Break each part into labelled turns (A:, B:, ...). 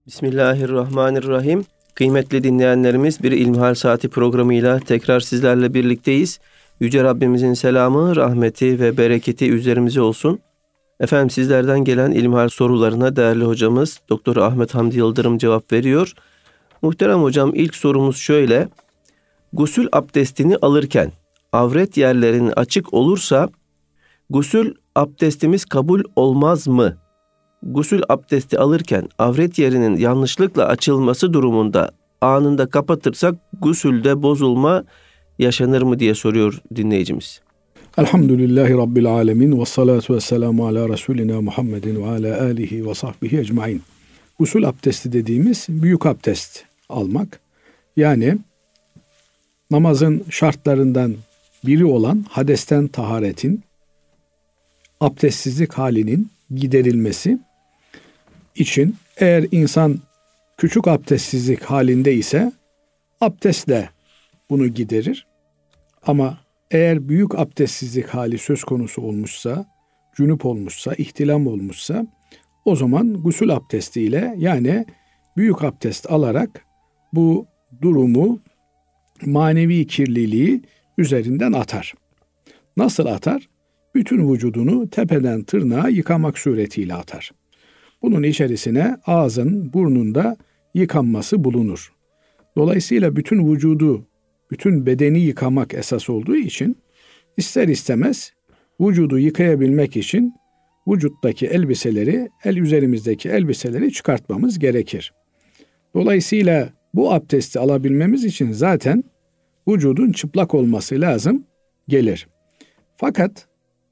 A: Bismillahirrahmanirrahim. Kıymetli dinleyenlerimiz, bir İlmihal Saati programıyla tekrar sizlerle birlikteyiz. Yüce Rabbimizin selamı, rahmeti ve bereketi üzerimize olsun. Efendim, sizlerden gelen İlmihal sorularına değerli hocamız Doktor Ahmet Hamdi Yıldırım cevap veriyor. Muhterem hocam, ilk sorumuz şöyle. Gusül abdestini alırken avret yerlerinin açık olursa gusül abdestimiz kabul olmaz mı? Gusül abdesti alırken avret yerinin yanlışlıkla açılması durumunda anında kapatırsak gusülde bozulma yaşanır mı diye soruyor dinleyicimiz.
B: Elhamdülillahi Rabbil alemin ve salatu ve selamu ala Resulina Muhammedin ve ala alihi ve sahbihi ecmain. Gusül abdesti dediğimiz büyük abdest almak. Yani namazın şartlarından biri olan hadesten taharetin, abdestsizlik halinin giderilmesi için eğer insan küçük abdestsizlik halinde ise abdestle bunu giderir. Ama eğer büyük abdestsizlik hali söz konusu olmuşsa, cünüp olmuşsa, ihtilam olmuşsa o zaman gusül abdestiyle yani büyük abdest alarak bu durumu, manevi kirliliği üzerinden atar. Nasıl atar? Bütün vücudunu tepeden tırnağa yıkamak suretiyle atar. Bunun içerisine ağzın, burnunda yıkanması bulunur. Dolayısıyla bütün vücudu, bütün bedeni yıkamak esas olduğu için ister istemez vücudu yıkayabilmek için vücuttaki elbiseleri, üzerimizdeki elbiseleri çıkartmamız gerekir. Dolayısıyla bu abdesti alabilmemiz için zaten vücudun çıplak olması lazım gelir. Fakat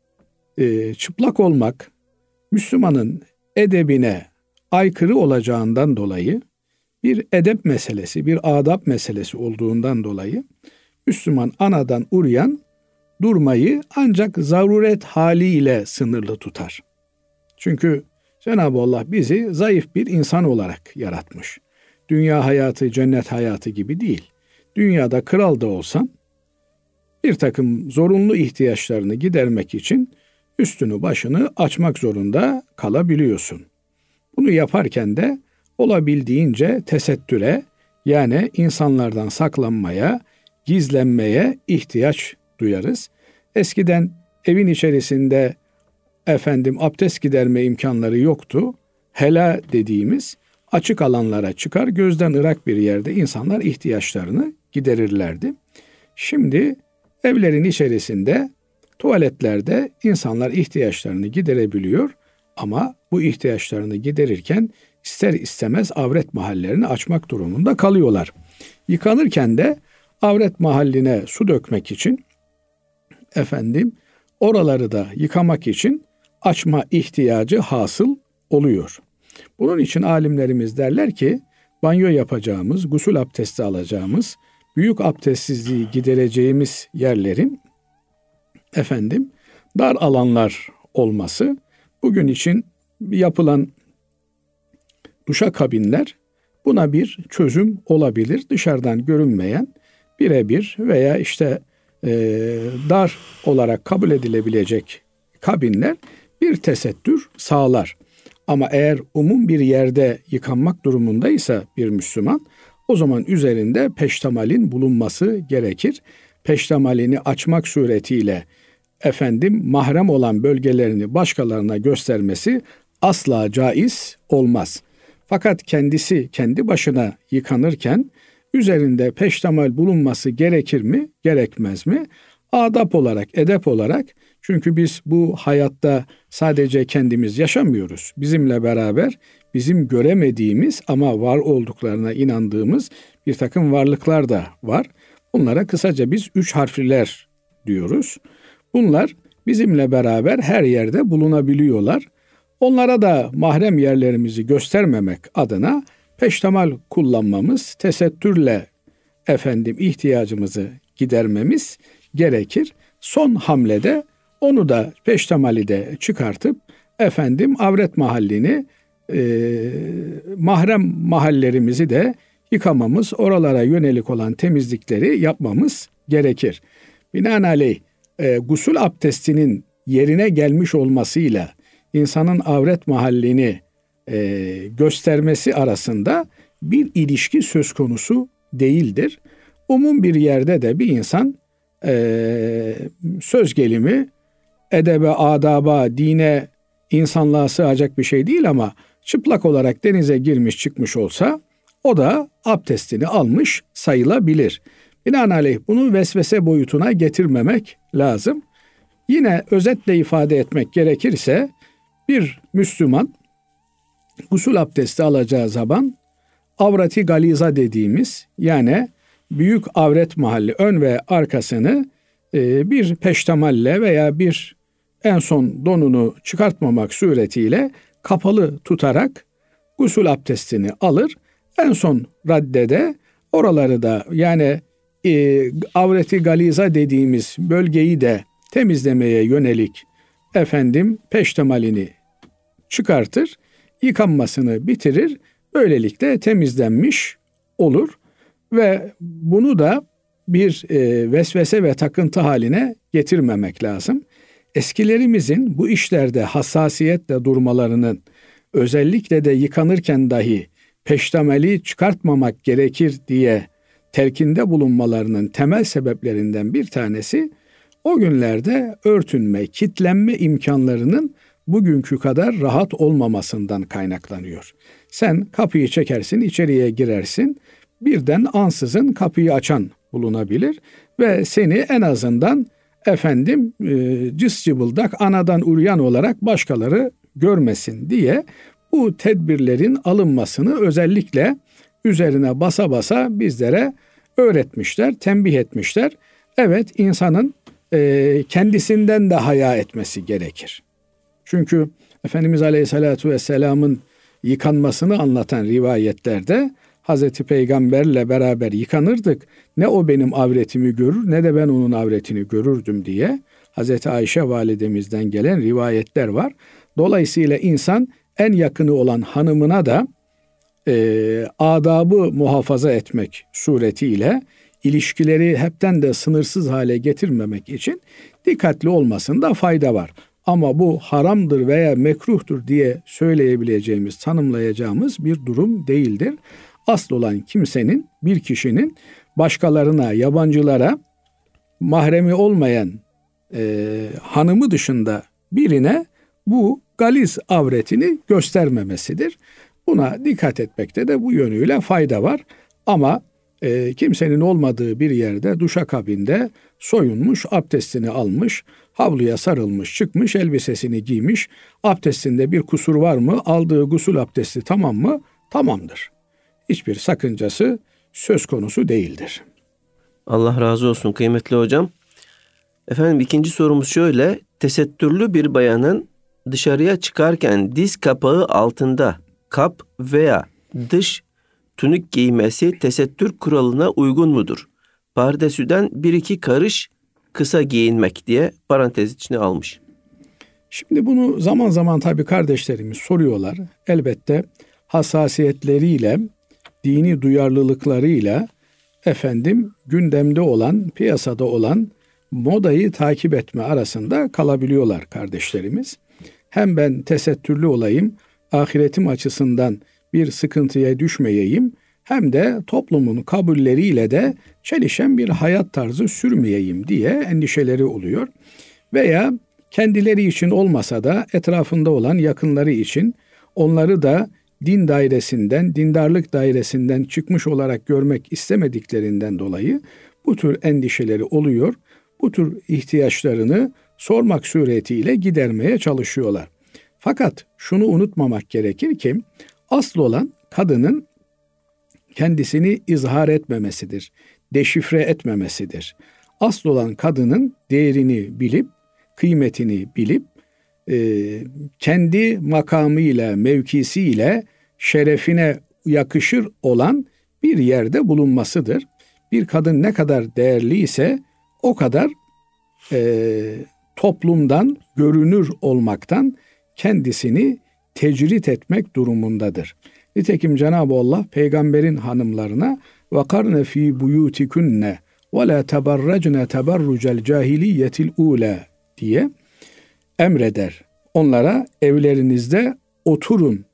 B: çıplak olmak Müslümanın edebine aykırı olacağından dolayı bir edep meselesi, bir adab meselesi olduğundan dolayı Müslüman anadan uryan durmayı ancak zaruret haliyle sınırlı tutar. Çünkü Cenab-ı Allah bizi zayıf bir insan olarak yaratmış. Dünya hayatı, cennet hayatı gibi değil. Dünyada kral da olsan bir takım zorunlu ihtiyaçlarını gidermek için üstünü başını açmak zorunda kalabiliyorsun. Bunu yaparken de olabildiğince tesettüre, yani insanlardan saklanmaya, gizlenmeye ihtiyaç duyarız. Eskiden evin içerisinde abdest giderme imkanları yoktu. Hela dediğimiz açık alanlara çıkar, gözden ırak bir yerde insanlar ihtiyaçlarını giderirlerdi. Şimdi evlerin içerisinde, tuvaletlerde insanlar ihtiyaçlarını giderebiliyor ama bu ihtiyaçlarını giderirken ister istemez avret mahallerini açmak durumunda kalıyorlar. Yıkanırken de avret mahalline su dökmek için oraları da yıkamak için açma ihtiyacı hasıl oluyor. Bunun için alimlerimiz derler ki banyo yapacağımız, gusül abdesti alacağımız, büyük abdestsizliği gidereceğimiz yerlerin dar alanlar olması, bugün için yapılan duşakabinler buna bir çözüm olabilir. Dışarıdan görünmeyen birebir veya dar olarak kabul edilebilecek kabinler bir tesettür sağlar. Ama eğer umum bir yerde yıkanmak durumundaysa bir Müslüman, o zaman üzerinde peştemalin bulunması gerekir. Peştemalini açmak suretiyle mahrem olan bölgelerini başkalarına göstermesi asla caiz olmaz. Fakat kendisi kendi başına yıkanırken üzerinde peştemal bulunması gerekir mi, gerekmez mi? Adab olarak, edep olarak, çünkü biz bu hayatta sadece kendimiz yaşamıyoruz. Bizimle beraber bizim göremediğimiz ama var olduklarına inandığımız bir takım varlıklar da var. Bunlara kısaca biz 3 harfliler diyoruz. Bunlar bizimle beraber her yerde bulunabiliyorlar. Onlara da mahrem yerlerimizi göstermemek adına peştemal kullanmamız, tesettürle ihtiyacımızı gidermemiz gerekir. Son hamlede onu da peştemali de çıkartıp avret mahallini, mahrem mahallerimizi de yıkamamız, oralara yönelik olan temizlikleri yapmamız gerekir. Binaenaleyh gusül abdestinin yerine gelmiş olmasıyla insanın avret mahallini göstermesi arasında bir ilişki söz konusu değildir. Umum bir yerde de bir insan söz gelimi edebe, adaba, dine, insanlığa sığacak bir şey değil ama çıplak olarak denize girmiş çıkmış olsa o da abdestini almış sayılabilir. Binaenaleyh bunu vesvese boyutuna getirmemek lazım. Yine özetle ifade etmek gerekirse bir Müslüman gusül abdesti alacağı zaman avrati galiza dediğimiz yani büyük avret mahalli ön ve arkasını bir peştemalle veya bir en son donunu çıkartmamak suretiyle kapalı tutarak gusül abdestini alır. En son raddede oraları da yani avreti galiza dediğimiz bölgeyi de temizlemeye yönelik peştemalini çıkartır, yıkanmasını bitirir. Böylelikle temizlenmiş olur ve bunu da bir vesvese ve takıntı haline getirmemek lazım. Eskilerimizin bu işlerde hassasiyetle durmalarının, özellikle de yıkanırken dahi peştemali çıkartmamak gerekir diye telkinde bulunmalarının temel sebeplerinden bir tanesi o günlerde örtünme, kitlenme imkanlarının bugünkü kadar rahat olmamasından kaynaklanıyor. Sen kapıyı çekersin, içeriye girersin, birden ansızın kapıyı açan bulunabilir ve seni en azından cız cıbıldak anadan uryan olarak başkaları görmesin diye bu tedbirlerin alınmasını özellikle üzerine basa basa bizlere öğretmişler, tembih etmişler. Evet, insanın kendisinden de haya etmesi gerekir. Çünkü Efendimiz Aleyhisselatü Vesselam'ın yıkanmasını anlatan rivayetlerde Hazreti Peygamberle beraber yıkanırdık. Ne o benim avretimi görür ne de ben onun avretini görürdüm diye Hazreti Ayşe validemizden gelen rivayetler var. Dolayısıyla insan en yakını olan hanımına da adabı muhafaza etmek suretiyle ilişkileri hepten de sınırsız hale getirmemek için dikkatli olmasında fayda var. Ama bu haramdır veya mekruhtur diye söyleyebileceğimiz, tanımlayacağımız bir durum değildir. Asıl olan kimsenin, bir kişinin başkalarına, yabancılara, mahremi olmayan hanımı dışında birine bu galiz avretini göstermemesidir. Buna dikkat etmekte de bu yönüyle fayda var. Ama kimsenin olmadığı bir yerde duşakabinde soyunmuş, abdestini almış, havluya sarılmış, çıkmış, elbisesini giymiş. Abdestinde bir kusur var mı? Aldığı gusül abdesti tamam mı? Tamamdır. Hiçbir sakıncası söz konusu değildir.
A: Allah razı olsun kıymetli hocam. İkinci sorumuz şöyle. Tesettürlü bir bayanın dışarıya çıkarken diz kapağı altında kap veya dış tünük giymesi tesettür kuralına uygun mudur? Pardesüden 1-2 karış kısa giyinmek diye parantez içine almış.
B: Şimdi bunu zaman zaman tabii kardeşlerimiz soruyorlar. Elbette hassasiyetleriyle, dini duyarlılıklarıyla gündemde olan, piyasada olan modayı takip etme arasında kalabiliyorlar kardeşlerimiz. Hem ben tesettürlü olayım, ahiretim açısından bir sıkıntıya düşmeyeyim, hem de toplumun kabulleriyle de çelişen bir hayat tarzı sürmeyeyim diye endişeleri oluyor. Veya kendileri için olmasa da etrafında olan yakınları için onları da din dairesinden, dindarlık dairesinden çıkmış olarak görmek istemediklerinden dolayı bu tür endişeleri oluyor. Bu tür ihtiyaçlarını sormak suretiyle gidermeye çalışıyorlar. Fakat şunu unutmamak gerekir ki asıl olan kadının kendisini izhar etmemesidir, deşifre etmemesidir. Asıl olan kadının değerini bilip, kıymetini bilip, kendi makamıyla, mevkisiyle, şerefine yakışır olan bir yerde bulunmasıdır. Bir kadın ne kadar değerli ise o kadar toplumdan görünür olmaktan kendisini tecrit etmek durumundadır. Nitekim Cenab-ı Allah peygamberin hanımlarına وَقَرْنَ ف۪ي بُيُوتِكُنَّ وَلَا تَبَرَّجْنَ تَبَرُّجَ الْجَاهِلِيَّةِ الْعُولَى diye emreder. Onlara evlerinizde oturun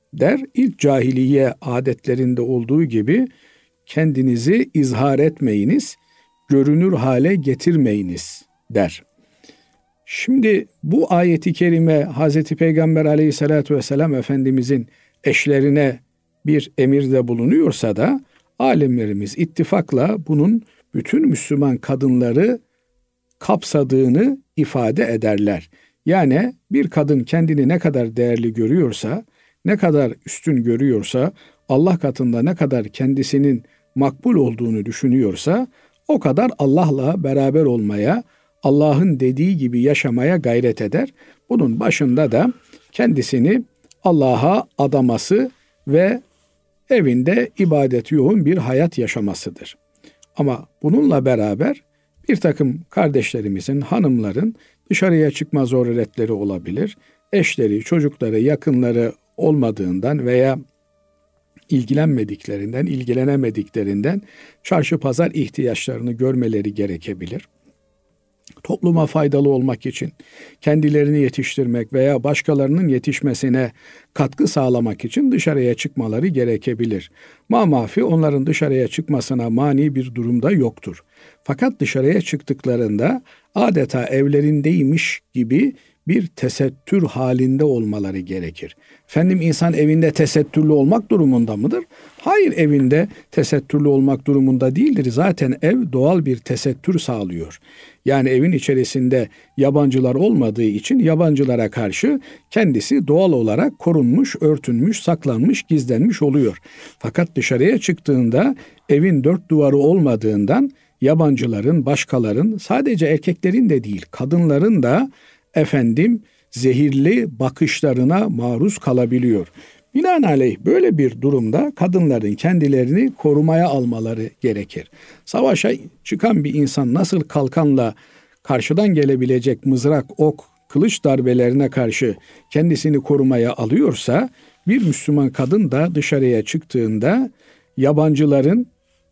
B: der. İlk cahiliye adetlerinde olduğu gibi kendinizi izhar etmeyiniz, görünür hale getirmeyiniz der. Şimdi bu ayeti kerime Hazreti Peygamber aleyhissalatü vesselam Efendimizin eşlerine bir emirde bulunuyorsa da alimlerimiz ittifakla bunun bütün Müslüman kadınları kapsadığını ifade ederler. Yani bir kadın kendini ne kadar değerli görüyorsa, ne kadar üstün görüyorsa, Allah katında ne kadar kendisinin makbul olduğunu düşünüyorsa, o kadar Allah'la beraber olmaya, Allah'ın dediği gibi yaşamaya gayret eder. Bunun başında da kendisini Allah'a adaması ve evinde ibadet yoğun bir hayat yaşamasıdır. Ama bununla beraber bir takım kardeşlerimizin, hanımların dışarıya çıkma zaruretleri olabilir. Eşleri, çocukları, yakınları olmadığından veya ilgilenmediklerinden, ilgilenemediklerinden çarşı pazar ihtiyaçlarını görmeleri gerekebilir. Topluma faydalı olmak için, kendilerini yetiştirmek veya başkalarının yetişmesine katkı sağlamak için dışarıya çıkmaları gerekebilir. Mamafi onların dışarıya çıkmasına mani bir durumda yoktur. Fakat dışarıya çıktıklarında adeta evlerindeymiş gibi bir tesettür halinde olmaları gerekir. Efendim insan evinde tesettürlü olmak durumunda mıdır? Hayır, evinde tesettürlü olmak durumunda değildir. Zaten ev doğal bir tesettür sağlıyor. Yani evin içerisinde yabancılar olmadığı için yabancılara karşı kendisi doğal olarak korunmuş, örtünmüş, saklanmış, gizlenmiş oluyor. Fakat dışarıya çıktığında evin dört duvarı olmadığından yabancıların, başkaların, sadece erkeklerin de değil, kadınların da zehirli bakışlarına maruz kalabiliyor. Binaenaleyh böyle bir durumda kadınların kendilerini korumaya almaları gerekir. Savaşa çıkan bir insan nasıl kalkanla karşıdan gelebilecek mızrak, ok, kılıç darbelerine karşı kendisini korumaya alıyorsa, bir Müslüman kadın da dışarıya çıktığında yabancıların,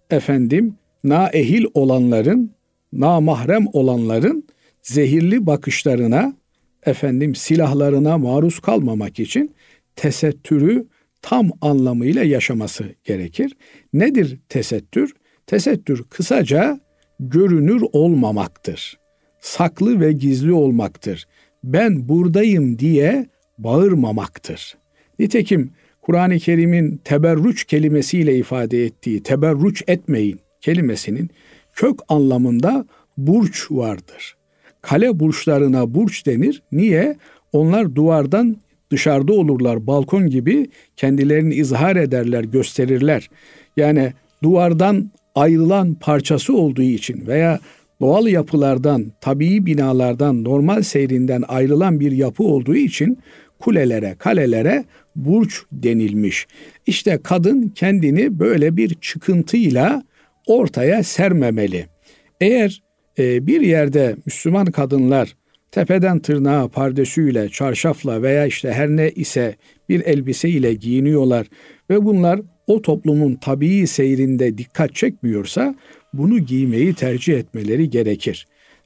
B: naehil olanların, namahrem olanların zehirli bakışlarına, silahlarına maruz kalmamak için tesettürü tam anlamıyla yaşaması gerekir. Nedir tesettür? Tesettür kısaca görünür olmamaktır. Saklı ve gizli olmaktır. Ben buradayım diye bağırmamaktır. Nitekim Kur'an-ı Kerim'in teberrüç kelimesiyle ifade ettiği teberrüç etmeyin kelimesinin kök anlamında burç vardır. Kale burçlarına burç denir. Niye? Onlar duvardan dışarıda olurlar. Balkon gibi kendilerini izhar ederler, gösterirler. Yani duvardan ayrılan parçası olduğu için veya doğal yapılardan, tabii binalardan, normal seyrinden ayrılan bir yapı olduğu için kulelere, kalelere burç denilmiş. İşte kadın kendini böyle bir çıkıntıyla ortaya sermemeli. Eğer bir yerde Müslüman kadınlar tepeden tırnağa pardesüyle, çarşafla veya her ne ise bir elbise ile giyiniyorlar ve bunlar o toplumun tabii seyrinde dikkat çekmiyorsa bunu giymeyi tercih etmeleri gerekir.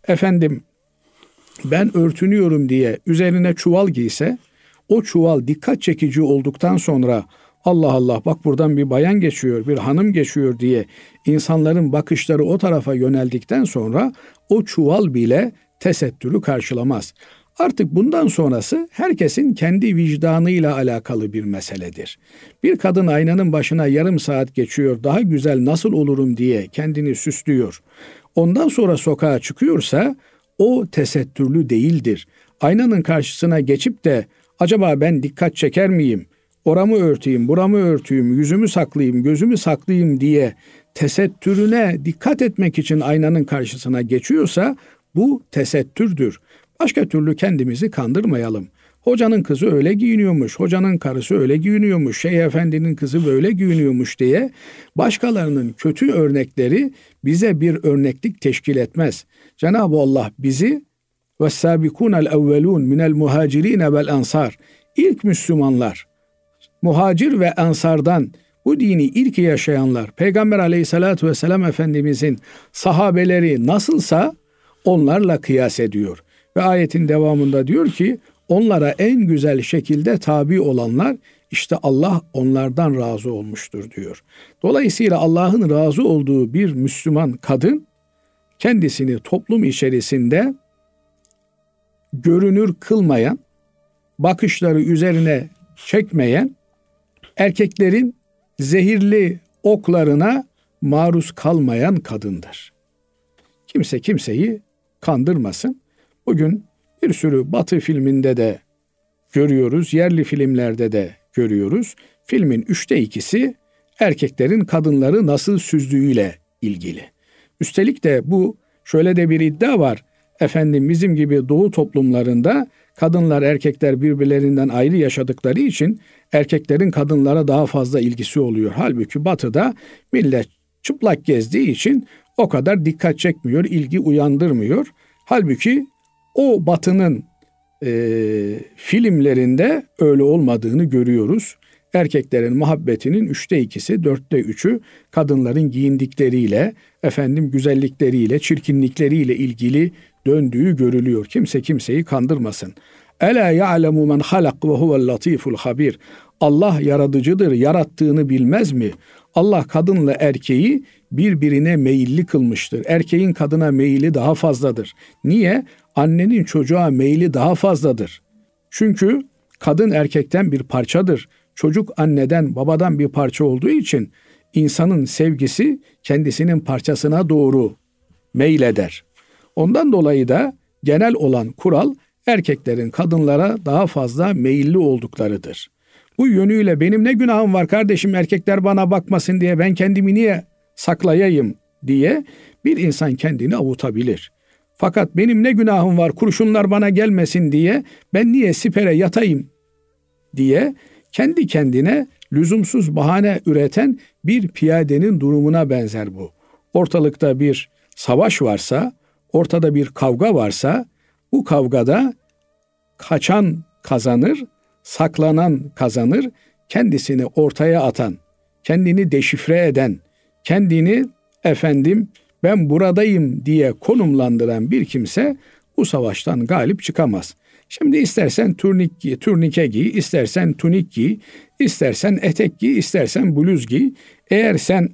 B: Ben örtünüyorum diye üzerine çuval giyse, o çuval dikkat çekici olduktan sonra Allah Allah bak buradan bir bayan geçiyor, bir hanım geçiyor diye insanların bakışları o tarafa yöneldikten sonra o çuval bile tesettürü karşılamaz. Artık bundan sonrası herkesin kendi vicdanıyla alakalı bir meseledir. Bir kadın aynanın başına yarım saat geçiyor, daha güzel nasıl olurum diye kendini süslüyor. Ondan sonra sokağa çıkıyorsa o tesettürlü değildir. Aynanın karşısına geçip de acaba ben dikkat çeker miyim? Oramı örteyim, buramı örteyim, yüzümü saklayayım, gözümü saklayayım diye tesettürüne dikkat etmek için aynanın karşısına geçiyorsa bu tesettürdür. Başka türlü kendimizi kandırmayalım. Hocanın kızı öyle giyiniyormuş, hocanın karısı öyle giyiniyormuş, Şeyh Efendi'nin kızı böyle giyiniyormuş diye başkalarının kötü örnekleri bize bir örneklik teşkil etmez. Cenab-ı Allah bizi وَالسَّابِكُونَ الْاَوَّلُونَ مِنَ الْمُهَاجِرِينَ وَالْاَنْصَارِ İlk Müslümanlar, muhacir ve ensardan bu dini ilk yaşayanlar, Peygamber aleyhissalatü vesselam Efendimizin sahabeleri nasılsa onlarla kıyas ediyor. Ve ayetin devamında diyor ki onlara en güzel şekilde tabi olanlar İşte Allah onlardan razı olmuştur diyor. Dolayısıyla Allah'ın razı olduğu bir Müslüman kadın kendisini toplum içerisinde görünür kılmayan, bakışları üzerine çekmeyen, erkeklerin zehirli oklarına maruz kalmayan kadındır. Kimse kimseyi kandırmasın. Bugün bir sürü Batı filminde de görüyoruz, yerli filmlerde de görüyoruz. Filmin 2/3'ü erkeklerin kadınları nasıl süzdüğüyle ilgili. Üstelik de bu şöyle de bir iddia var. Efendim bizim gibi doğu toplumlarında kadınlar erkekler birbirlerinden ayrı yaşadıkları için erkeklerin kadınlara daha fazla ilgisi oluyor. Halbuki batıda millet çıplak gezdiği için o kadar dikkat çekmiyor, ilgi uyandırmıyor. Halbuki o batının filmlerinde öyle olmadığını görüyoruz. Erkeklerin muhabbetinin 2/3, 4/3'ü kadınların giyindikleriyle, güzellikleriyle, çirkinlikleriyle ilgili döndüğü görülüyor. Kimse kimseyi kandırmasın. Ela ya'lemu men halak ve huvel latiful habir. Allah yaratıcıdır, yarattığını bilmez mi? Allah kadınla erkeği birbirine meyilli kılmıştır. Erkeğin kadına meyili daha fazladır. Niye? Annenin çocuğa meyili daha fazladır. Çünkü kadın erkekten bir parçadır. Çocuk anneden, babadan bir parça olduğu için insanın sevgisi kendisinin parçasına doğru meyleder. Ondan dolayı da genel olan kural erkeklerin kadınlara daha fazla meyilli olduklarıdır. Bu yönüyle benim ne günahım var kardeşim erkekler bana bakmasın diye ben kendimi niye saklayayım diye bir insan kendini avutabilir. Fakat benim ne günahım var kurşunlar bana gelmesin diye ben niye sipere yatayım diye kendi kendine lüzumsuz bahane üreten bir piyadenin durumuna benzer bu. Ortalıkta bir savaş varsa, ortada bir kavga varsa bu kavgada kaçan kazanır, saklanan kazanır, kendisini ortaya atan, kendini deşifre eden, kendini ben buradayım diye konumlandıran bir kimse bu savaştan galip çıkamaz. Şimdi istersen turnike giy, istersen tunik giy, istersen etek giy, istersen bluz giy. Eğer sen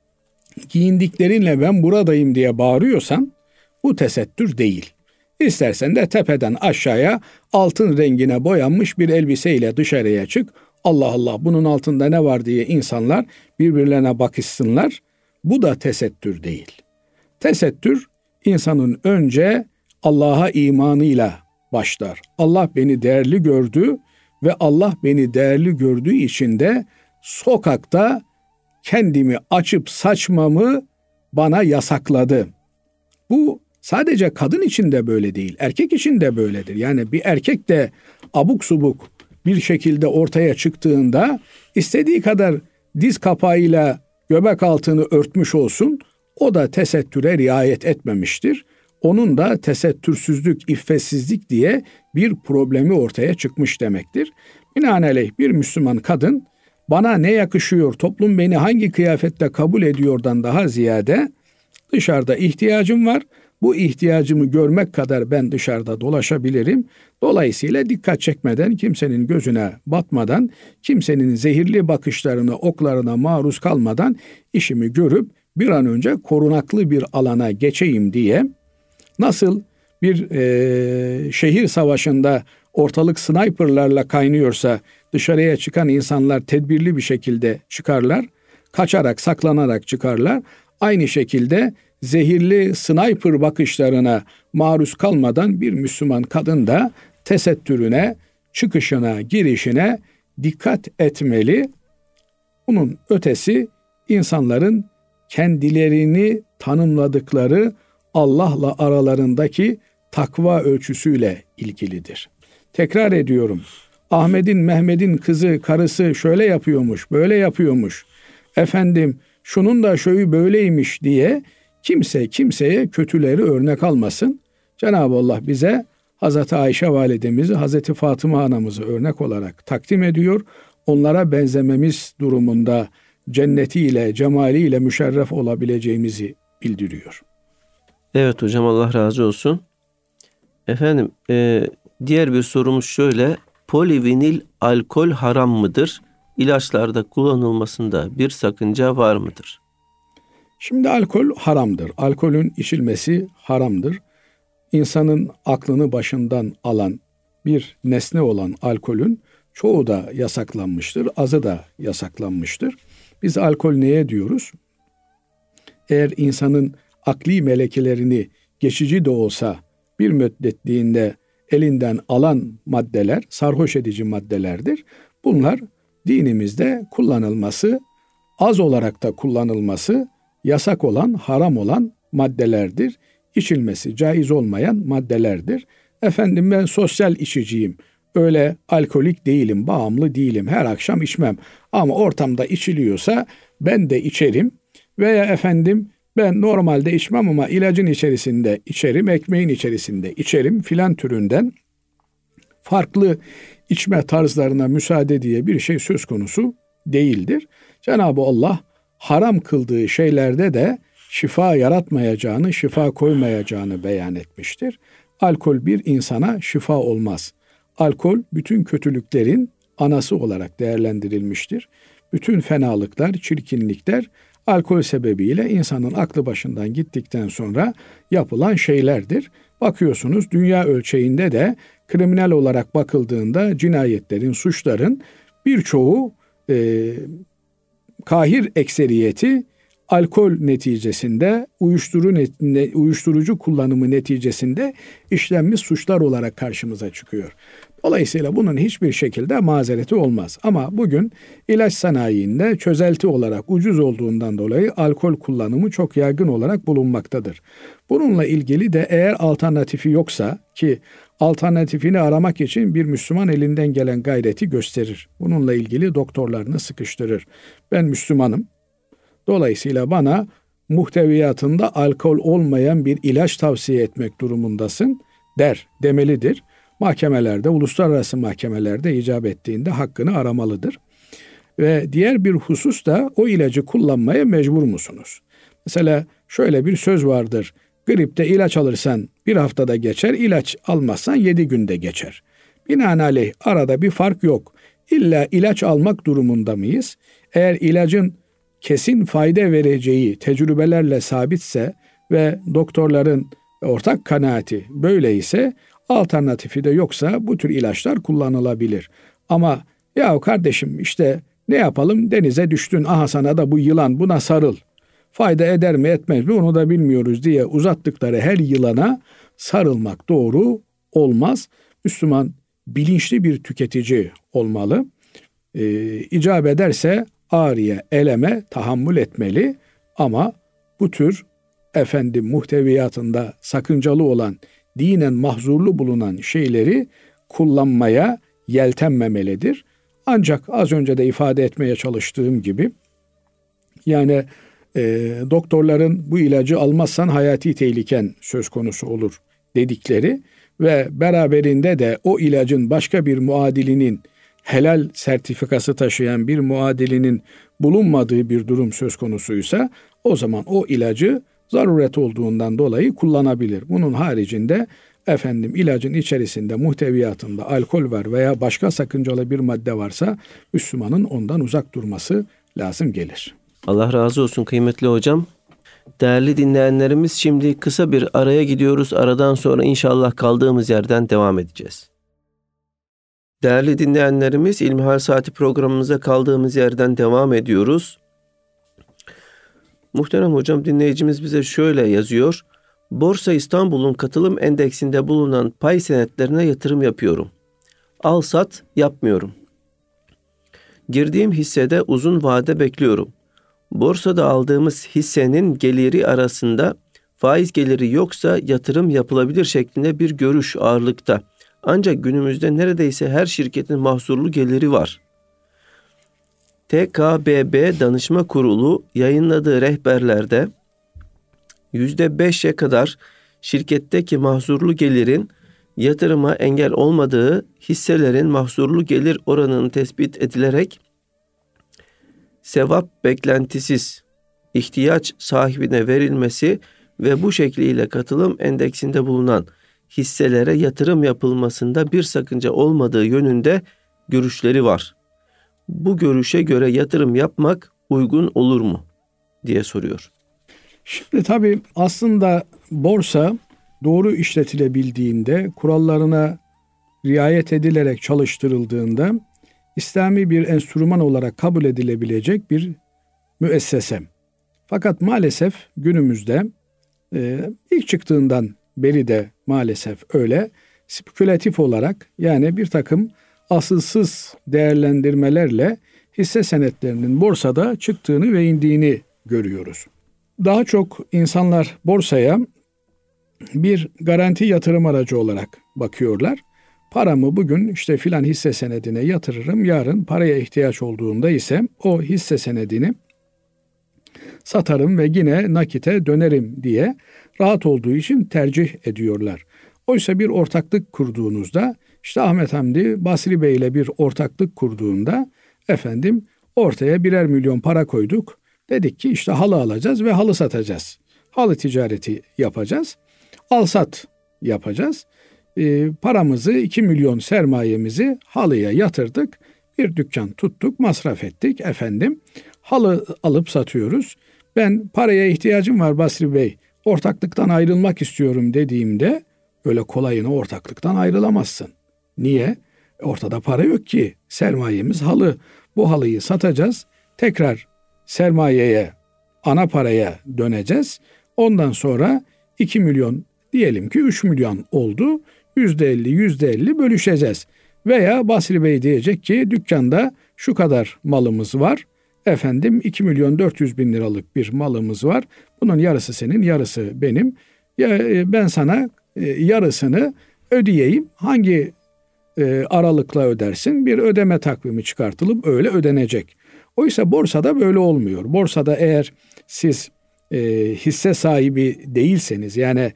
B: giyindiklerinle ben buradayım diye bağırıyorsan bu tesettür değil. İstersen de tepeden aşağıya altın rengine boyanmış bir elbiseyle dışarıya çık. Allah Allah bunun altında ne var diye insanlar birbirlerine bakışsınlar. Bu da tesettür değil. Tesettür insanın önce Allah'a imanıyla başlar. Allah beni değerli gördü ve Allah beni değerli gördüğü için de sokakta kendimi açıp saçmamı bana yasakladı. Bu sadece kadın için de böyle değil, erkek için de böyledir. Yani bir erkek de abuk subuk bir şekilde ortaya çıktığında istediği kadar diz kapağıyla göbek altını örtmüş olsun, o da tesettüre riayet etmemiştir. Onun da tesettürsüzlük, iffetsizlik diye bir problemi ortaya çıkmış demektir. Binaenaleyh bir Müslüman kadın bana ne yakışıyor, toplum beni hangi kıyafetle kabul ediyordan daha ziyade dışarıda ihtiyacım var. Bu ihtiyacımı görmek kadar ben dışarıda dolaşabilirim. Dolayısıyla dikkat çekmeden, kimsenin gözüne batmadan, kimsenin zehirli bakışlarına, oklarına maruz kalmadan işimi görüp bir an önce korunaklı bir alana geçeyim diye nasıl bir şehir savaşında ortalık sniperlarla kaynıyorsa dışarıya çıkan insanlar tedbirli bir şekilde çıkarlar, kaçarak, saklanarak çıkarlar. Aynı şekilde zehirli sniper bakışlarına maruz kalmadan bir Müslüman kadın da tesettürüne, çıkışına, girişine dikkat etmeli. Bunun ötesi insanların kendilerini tanımladıkları Allah'la aralarındaki takva ölçüsüyle ilgilidir. Tekrar ediyorum. Ahmet'in, Mehmet'in kızı, karısı şöyle yapıyormuş, böyle yapıyormuş. Şunun da şöyle böyleymiş diye kimse kimseye kötüleri örnek almasın. Cenab-ı Allah bize Hazreti Ayşe validemizi, Hazreti Fatıma anamızı örnek olarak takdim ediyor. Onlara benzememiz durumunda cennetiyle, cemaliyle müşerref olabileceğimizi bildiriyor.
A: Evet hocam, Allah razı olsun. Diğer bir sorumuz şöyle. Polivinil alkol haram mıdır? ilaçlarda kullanılmasında bir sakınca var mıdır?
B: Şimdi alkol haramdır. Alkolün içilmesi haramdır. İnsanın aklını başından alan bir nesne olan alkolün çoğu da yasaklanmıştır, azı da yasaklanmıştır. Biz alkol neye diyoruz? Eğer insanın akli melekelerini geçici de olsa bir müddetliğinde elinden alan maddeler sarhoş edici maddelerdir. Bunlar dinimizde kullanılması, az olarak da kullanılması yasak olan, haram olan maddelerdir. İçilmesi caiz olmayan maddelerdir. Efendim ben sosyal içiciyim. Öyle alkolik değilim, bağımlı değilim. Her akşam içmem. Ama ortamda içiliyorsa ben de içerim. Veya efendim ben normalde içmem ama ilacın içerisinde içerim, ekmeğin içerisinde içerim filan türünden farklı içme tarzlarına müsaade diye bir şey söz konusu değildir. Cenab-ı Allah haram kıldığı şeylerde de şifa yaratmayacağını, şifa koymayacağını beyan etmiştir. Alkol bir insana şifa olmaz. Alkol bütün kötülüklerin anası olarak değerlendirilmiştir. Bütün fenalıklar, çirkinlikler alkol sebebiyle insanın aklı başından gittikten sonra yapılan şeylerdir. Bakıyorsunuz dünya ölçeğinde de kriminal olarak bakıldığında cinayetlerin, suçların birçoğu kahir ekseriyeti alkol neticesinde, uyuşturucu kullanımı neticesinde işlenmiş suçlar olarak karşımıza çıkıyor. Dolayısıyla bunun hiçbir şekilde mazereti olmaz. Ama bugün ilaç sanayinde çözelti olarak ucuz olduğundan dolayı alkol kullanımı çok yaygın olarak bulunmaktadır. Bununla ilgili de eğer alternatifi yoksa ki alternatifini aramak için bir Müslüman elinden gelen gayreti gösterir. Bununla ilgili doktorlarını sıkıştırır. Ben Müslümanım. Dolayısıyla bana muhteviyatında alkol olmayan bir ilaç tavsiye etmek durumundasın demelidir. Mahkemelerde, uluslararası mahkemelerde icap ettiğinde hakkını aramalıdır. Ve diğer bir husus da o ilacı kullanmaya mecbur musunuz? Mesela şöyle bir söz vardır. Gripte ilaç alırsan bir haftada geçer, ilaç almazsan 7 günde geçer. Binaenaleyh arada bir fark yok. İlla ilaç almak durumunda mıyız? Eğer ilacın kesin fayda vereceği tecrübelerle sabitse ve doktorların ortak kanaati böyleyse alternatifi de yoksa bu tür ilaçlar kullanılabilir. Ama ya kardeşim işte ne yapalım denize düştün aha sana da bu yılan buna sarıl. Fayda eder mi etmez mi onu da bilmiyoruz diye uzattıkları her yılana sarılmak doğru olmaz. Müslüman bilinçli bir tüketici olmalı. İcap ederse ağrıya, eleme tahammül etmeli ama bu tür muhteviyatında sakıncalı olan, dinen mahzurlu bulunan şeyleri kullanmaya yeltenmemelidir. Ancak az önce de ifade etmeye çalıştığım gibi yani doktorların bu ilacı almazsan hayati tehliken söz konusu olur dedikleri ve beraberinde de o ilacın başka bir muadilinin helal sertifikası taşıyan bir muadilinin bulunmadığı bir durum söz konusuysa o zaman o ilacı zaruret olduğundan dolayı kullanabilir. Bunun haricinde ilacın içerisinde muhteviyatında alkol var veya başka sakıncalı bir madde varsa Müslümanın ondan uzak durması lazım gelir.
A: Allah razı olsun kıymetli hocam. Değerli dinleyenlerimiz şimdi kısa bir araya gidiyoruz. Aradan sonra inşallah kaldığımız yerden devam edeceğiz. Değerli dinleyenlerimiz İlmihal Saati programımıza kaldığımız yerden devam ediyoruz. Muhterem hocam dinleyicimiz bize şöyle yazıyor. Borsa İstanbul'un katılım endeksinde bulunan pay senetlerine yatırım yapıyorum. Al sat yapmıyorum. Girdiğim hissede uzun vade bekliyorum. Borsada aldığımız hissenin geliri arasında faiz geliri yoksa yatırım yapılabilir şeklinde bir görüş ağırlıkta. Ancak günümüzde neredeyse her şirketin mahsurlu geliri var. TKBB Danışma Kurulu yayınladığı rehberlerde %5'e kadar şirketteki mahsurlu gelirin yatırıma engel olmadığı hisselerin mahsurlu gelir oranının tespit edilerek sevap beklentisiz ihtiyaç sahibine verilmesi ve bu şekliyle katılım endeksinde bulunan hisselere yatırım yapılmasında bir sakınca olmadığı yönünde görüşleri var. bu görüşe göre yatırım yapmak uygun olur mu diye soruyor.
B: Şimdi tabii aslında borsa doğru işletilebildiğinde, kurallarına riayet edilerek çalıştırıldığında İslami bir enstrüman olarak kabul edilebilecek bir müessese. Fakat maalesef günümüzde ilk çıktığından beri de maalesef öyle spekülatif olarak, yani bir takım asılsız değerlendirmelerle hisse senetlerinin borsada çıktığını ve indiğini görüyoruz. Daha çok insanlar borsaya bir garanti yatırım aracı olarak bakıyorlar. Paramı bugün işte filan hisse senedine yatırırım, yarın paraya ihtiyaç olduğunda ise o hisse senedini satarım ve yine nakite dönerim diye rahat olduğu için tercih ediyorlar. Oysa bir ortaklık kurduğunuzda, işte Ahmet Hamdi Basri Bey ile bir ortaklık kurduğunda ortaya 1'er milyon para koyduk. Dedik ki işte halı alacağız ve halı satacağız. Halı ticareti yapacağız. Al sat yapacağız. Paramızı 2 milyon sermayemizi halıya yatırdık. Bir dükkan tuttuk, masraf ettik halı alıp satıyoruz. Ben paraya ihtiyacım var Basri Bey, ortaklıktan ayrılmak istiyorum dediğimde öyle kolayına ortaklıktan ayrılamazsın. Niye? Ortada para yok ki. Sermayemiz halı. Bu halıyı satacağız. Tekrar sermayeye, ana paraya döneceğiz. Ondan sonra 2 milyon diyelim ki 3 milyon oldu. %50 bölüşeceğiz. Veya Basri Bey diyecek ki dükkanda şu kadar malımız var. 2 milyon 400 bin liralık bir malımız var. Bunun yarısı senin, yarısı benim. Ben sana yarısını ödeyeyim. Hangi aralıkla ödersin? Bir ödeme takvimi çıkartılıp öyle ödenecek. Oysa borsada böyle olmuyor. Borsada eğer siz hisse sahibi değilseniz, yani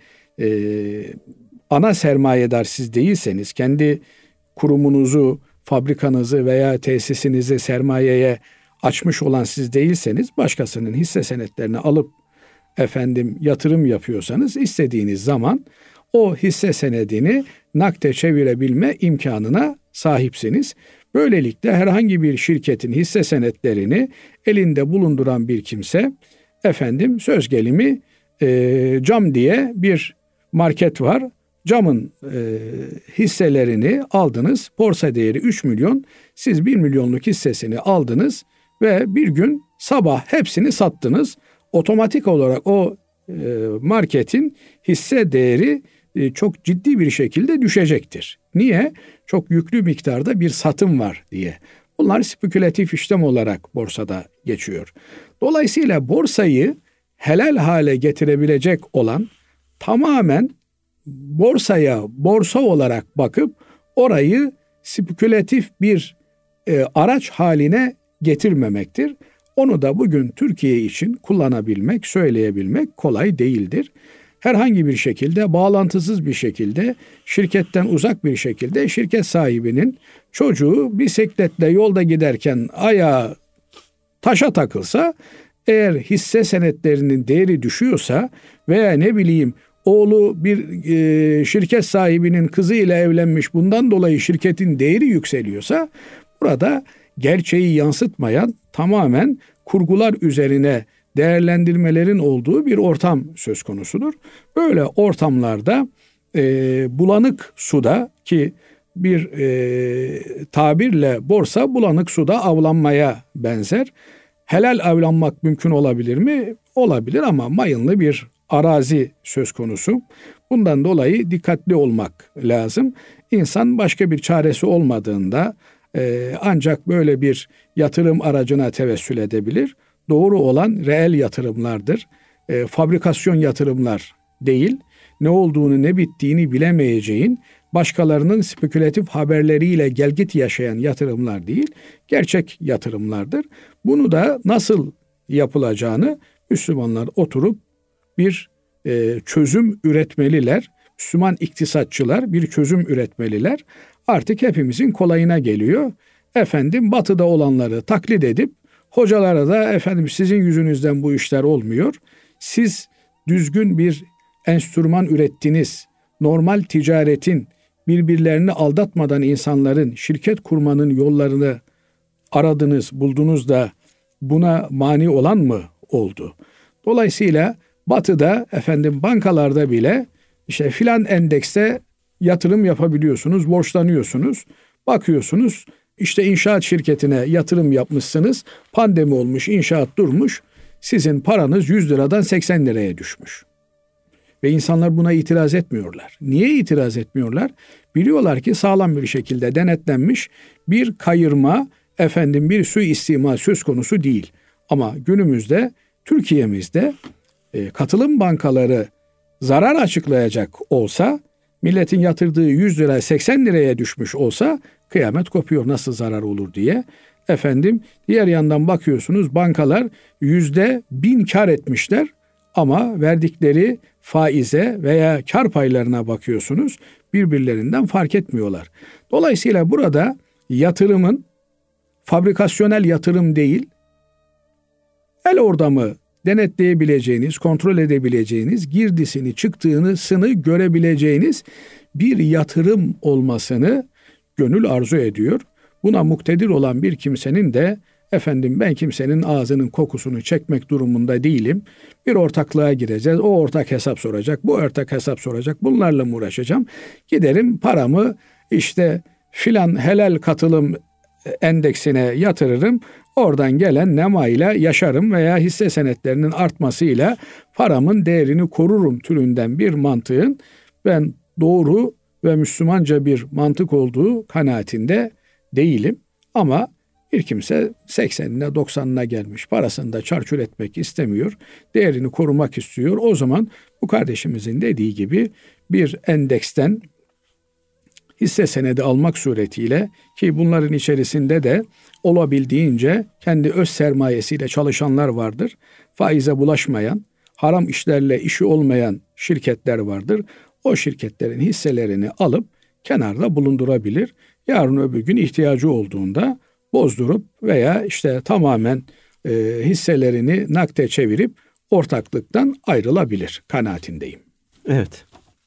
B: ana sermayedar siz değilseniz, kendi kurumunuzu, fabrikanızı veya tesisinizi sermayeye açmış olan siz değilseniz, başkasının hisse senetlerini alıp yatırım yapıyorsanız istediğiniz zaman o hisse senedini nakde çevirebilme imkanına sahipsiniz. Böylelikle herhangi bir şirketin hisse senetlerini elinde bulunduran bir kimse, söz gelimi Cam diye bir market var. Cam'ın hisselerini aldınız. Borsa değeri 3 milyon. Siz 1 milyonluk hissesini aldınız ve bir gün sabah hepsini sattınız. Otomatik olarak o marketin hisse değeri çok ciddi bir şekilde düşecektir. Niye? Çok yüklü miktarda bir satım var diye. Bunlar spekülatif işlem olarak borsada geçiyor. Dolayısıyla borsayı helal hale getirebilecek olan, tamamen borsaya borsa olarak bakıp orayı spekülatif bir araç haline getirmemektir. Onu da bugün Türkiye için kullanabilmek, söyleyebilmek kolay değildir. Herhangi bir şekilde, bağlantısız bir şekilde, şirketten uzak bir şekilde şirket sahibinin çocuğu bisikletle yolda giderken ayağı taşa takılsa, eğer hisse senetlerinin değeri düşüyorsa veya oğlu bir şirket sahibinin kızıyla evlenmiş, bundan dolayı şirketin değeri yükseliyorsa, burada gerçeği yansıtmayan, tamamen kurgular üzerine değerlendirmelerin olduğu bir ortam söz konusudur. Böyle ortamlarda bulanık suda, ki bir tabirle borsa bulanık suda avlanmaya benzer. Helal avlanmak mümkün olabilir mi? Olabilir, ama mayınlı bir arazi söz konusu. Bundan dolayı dikkatli olmak lazım. İnsan başka bir çaresi olmadığında ancak böyle bir yatırım aracına tevessül edebilir. Doğru olan reel yatırımlardır. Fabrikasyon yatırımlar değil. Ne olduğunu, ne bittiğini bilemeyeceğin, başkalarının spekülatif haberleriyle gelgit yaşayan yatırımlar değil, gerçek yatırımlardır. Bunu da nasıl yapılacağını Müslümanlar oturup bir çözüm üretmeliler. Müslüman iktisatçılar bir çözüm üretmeliler. Artık hepimizin kolayına geliyor. Batı'da olanları taklit edip hocalara da sizin yüzünüzden bu işler olmuyor. Siz düzgün bir enstrüman ürettiniz. Normal ticaretin, birbirlerini aldatmadan insanların şirket kurmanın yollarını aradınız, buldunuz da buna mani olan mı oldu? Dolayısıyla Batı'da bankalarda bile işte filan endekste yatırım yapabiliyorsunuz, borçlanıyorsunuz. Bakıyorsunuz işte inşaat şirketine yatırım yapmışsınız. Pandemi olmuş, inşaat durmuş. Sizin paranız 100 liradan 80 liraya düşmüş. Ve insanlar buna itiraz etmiyorlar. Niye itiraz etmiyorlar? Biliyorlar ki sağlam bir şekilde denetlenmiş bir kayırma, bir suistimal söz konusu değil. Ama günümüzde Türkiye'mizde katılım bankaları zarar açıklayacak olsa, milletin yatırdığı 100 lira 80 liraya düşmüş olsa kıyamet kopuyor, nasıl zarar olur diye. Diğer yandan bakıyorsunuz bankalar %1000 kar etmişler ama verdikleri faize veya kar paylarına bakıyorsunuz birbirlerinden fark etmiyorlar. Dolayısıyla burada yatırımın fabrikasyonel yatırım değil, el ordamı denetleyebileceğiniz, kontrol edebileceğiniz, girdisini, çıktığını görebileceğiniz bir yatırım olmasını gönül arzu ediyor. Buna muktedir olan bir kimsenin de ben kimsenin ağzının kokusunu çekmek durumunda değilim. Bir ortaklığa gireceğiz. O ortak hesap soracak, bu ortak hesap soracak. Bunlarla mı uğraşacağım? Giderim paramı filan helal katılım endeksine yatırırım. Oradan gelen nemayla yaşarım veya hisse senetlerinin artmasıyla paramın değerini korurum türünden bir mantığın ben doğru ve Müslümanca bir mantık olduğu kanaatinde değilim. Ama bir kimse 80'ine 90'ına gelmiş, parasını da çarçur etmek istemiyor, değerini korumak istiyor. O zaman bu kardeşimizin dediği gibi bir endeksten hisse senedi almak suretiyle, ki bunların içerisinde de olabildiğince kendi öz sermayesiyle çalışanlar vardır. Faize bulaşmayan, haram işlerle işi olmayan şirketler vardır. O şirketlerin hisselerini alıp kenarda bulundurabilir. Yarın öbür gün ihtiyacı olduğunda bozdurup veya tamamen hisselerini nakde çevirip ortaklıktan ayrılabilir kanaatindeyim.
A: Evet.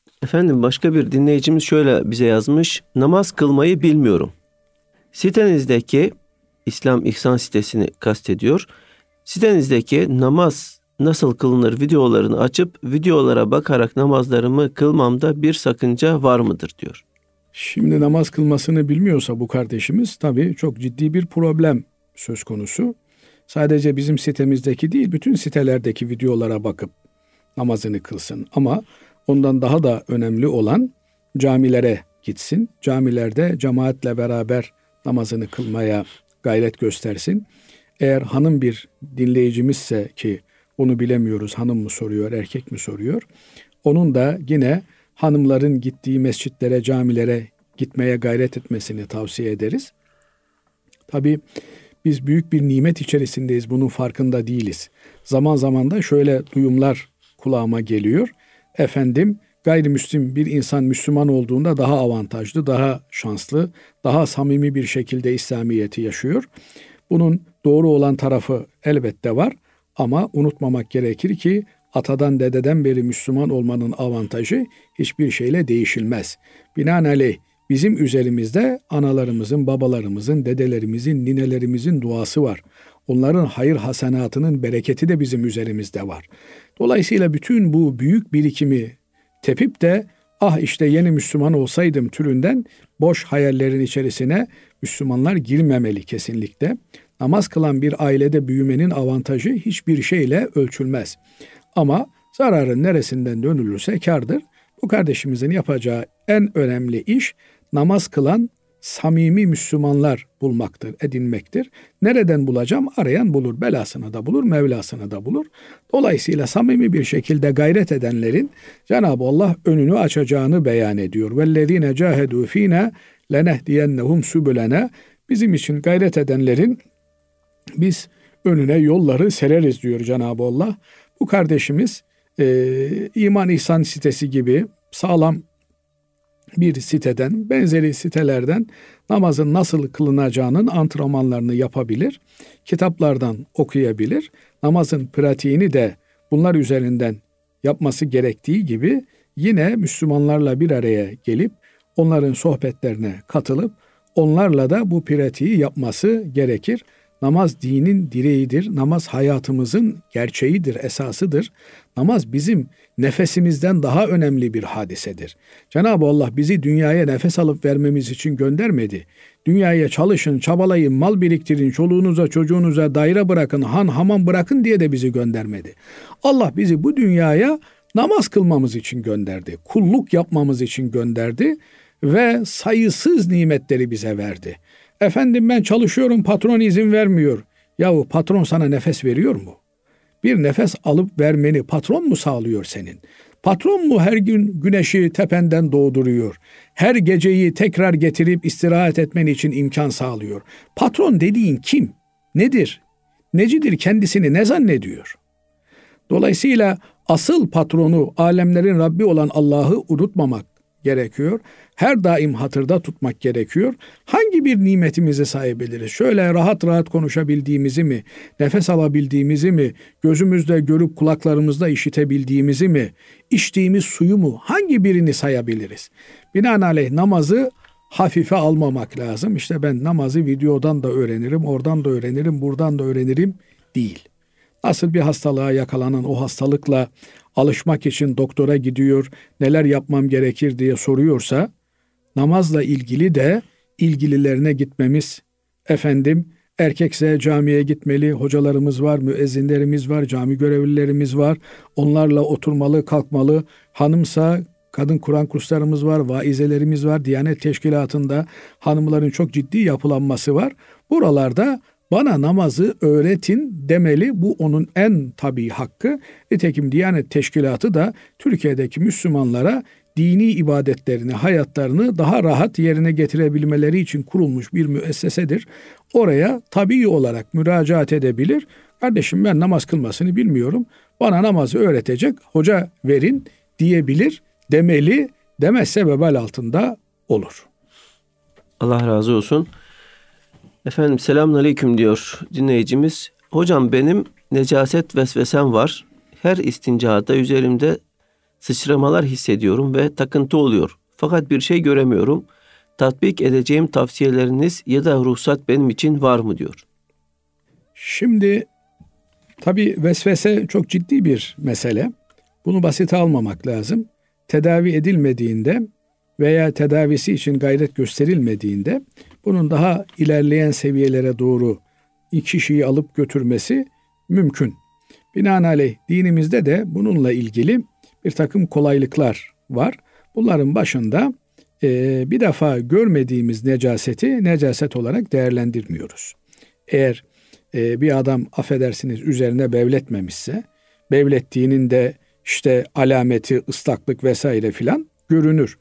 A: Başka bir dinleyicimiz şöyle bize yazmış. Namaz kılmayı bilmiyorum. Sitenizdeki İslam İhsan sitesini kastediyor. Sitenizdeki namaz nasıl kılınır videolarını açıp videolara bakarak namazlarımı kılmamda bir sakınca var mıdır diyor.
B: Şimdi namaz kılmasını bilmiyorsa bu kardeşimiz tabii çok ciddi bir problem söz konusu. Sadece bizim sitemizdeki değil, bütün sitelerdeki videolara bakıp namazını kılsın. Ama ondan daha da önemli olan camilere gitsin. Camilerde cemaatle beraber namazını kılmaya gayret göstersin. Eğer hanım bir dinleyicimizse, ki onu bilemiyoruz, hanım mı soruyor, erkek mi soruyor, onun da yine hanımların gittiği mescitlere, camilere gitmeye gayret etmesini tavsiye ederiz. Tabii biz büyük bir nimet içerisindeyiz, bunun farkında değiliz. Zaman zaman da şöyle duyumlar kulağıma geliyor. Gayrimüslim bir insan Müslüman olduğunda daha avantajlı, daha şanslı, daha samimi bir şekilde İslamiyet'i yaşıyor. Bunun doğru olan tarafı elbette var ama unutmamak gerekir ki atadan dededen beri Müslüman olmanın avantajı hiçbir şeyle değişilmez. Binaenaleyh bizim üzerimizde analarımızın, babalarımızın, dedelerimizin, ninelerimizin duası var. Onların hayır hasenatının bereketi de bizim üzerimizde var. Dolayısıyla bütün bu büyük birikimi tepip de yeni Müslüman olsaydım türünden boş hayallerin içerisine Müslümanlar girmemeli kesinlikle. Namaz kılan bir ailede büyümenin avantajı hiçbir şeyle ölçülmez. Ama zararın neresinden dönülürse kârdır. Bu kardeşimizin yapacağı en önemli iş namaz kılan samimi Müslümanlar bulmaktır, edinmektir. Nereden bulacağım? Arayan bulur, belasını da bulur, Mevlasını da bulur. Dolayısıyla samimi bir şekilde gayret edenlerin Cenab-ı Allah önünü açacağını beyan ediyor. وَالَّذ۪ينَ جَاهَدُوا ف۪ينَا لَنَهْدِيَنَّهُمْ سُبُلَنَا. Bizim için gayret edenlerin biz önüne yolları sereriz diyor Cenab-ı Allah. Bu kardeşimiz İman İhsan sitesi gibi sağlam bir siteden, benzeri sitelerden namazın nasıl kılınacağının antrenmanlarını yapabilir, kitaplardan okuyabilir, namazın pratiğini de bunlar üzerinden yapması gerektiği gibi yine Müslümanlarla bir araya gelip onların sohbetlerine katılıp onlarla da bu pratiği yapması gerekir. Namaz dinin direğidir. Namaz hayatımızın gerçeğidir, esasıdır. Namaz bizim nefesimizden daha önemli bir hadisedir. Cenab-ı Allah bizi dünyaya nefes alıp vermemiz için göndermedi. Dünyaya çalışın, çabalayın, mal biriktirin, çoluğunuza, çocuğunuza daire bırakın, han, hamam bırakın diye de bizi göndermedi. Allah bizi bu dünyaya namaz kılmamız için gönderdi. Kulluk yapmamız için gönderdi ve sayısız nimetleri bize verdi. Efendim ben çalışıyorum, patron izin vermiyor. Yahu patron sana nefes veriyor mu? Bir nefes alıp vermeni patron mu sağlıyor senin? Patron mu her gün güneşi tependen doğduruyor? Her geceyi tekrar getirip istirahat etmen için imkan sağlıyor. Patron dediğin kim? Nedir? Necidir? Kendisini ne zannediyor? Dolayısıyla asıl patronu, alemlerin Rabbi olan Allah'ı unutmamak gerekiyor. Her daim hatırda tutmak gerekiyor. Hangi bir nimetimize sahip olabiliriz? Şöyle rahat rahat konuşabildiğimizi mi? Nefes alabildiğimizi mi? Gözümüzde görüp kulaklarımızda işitebildiğimizi mi? İçtiğimiz suyu mu? Hangi birini sayabiliriz? Binaenaleyh namazı hafife almamak lazım. İşte ben namazı videodan da öğrenirim, oradan da öğrenirim, buradan da öğrenirim değil. Nasıl bir hastalığa yakalanan o hastalıkla alışmak için doktora gidiyor, neler yapmam gerekir diye soruyorsa, namazla ilgili de ilgililerine gitmemiz, erkekse camiye gitmeli, hocalarımız var, müezzinlerimiz var, cami görevlilerimiz var, onlarla oturmalı, kalkmalı, hanımsa kadın Kur'an kurslarımız var, vaizelerimiz var, Diyanet Teşkilatı'nda hanımların çok ciddi yapılanması var. Buralarda bana namazı öğretin demeli. Bu onun en tabii hakkı. Nitekim Diyanet Teşkilatı da Türkiye'deki Müslümanlara dini ibadetlerini, hayatlarını daha rahat yerine getirebilmeleri için kurulmuş bir müessesedir. Oraya tabii olarak müracaat edebilir. Kardeşim ben namaz kılmasını bilmiyorum. Bana namazı öğretecek hoca verin diyebilir, demeli. Demezse vebal altında olur.
A: Allah razı olsun. Efendim selamünaleyküm diyor dinleyicimiz. Hocam benim necaset vesvesem var. Her istincada üzerimde sıçramalar hissediyorum ve takıntı oluyor. Fakat bir şey göremiyorum. Tatbik edeceğim tavsiyeleriniz ya da ruhsat benim için var mı diyor.
B: Şimdi tabii vesvese çok ciddi bir mesele. Bunu basite almamak lazım. Tedavi edilmediğinde veya tedavisi için gayret gösterilmediğinde bunun daha ilerleyen seviyelere doğru kişiyi alıp götürmesi mümkün. Binaenaleyh dinimizde de bununla ilgili bir takım kolaylıklar var. Bunların başında bir defa görmediğimiz necaseti necaset olarak değerlendirmiyoruz. Eğer bir adam affedersiniz üzerine bevletmemişse, bevlettiğinin de işte alameti, ıslaklık vesaire filan görünür.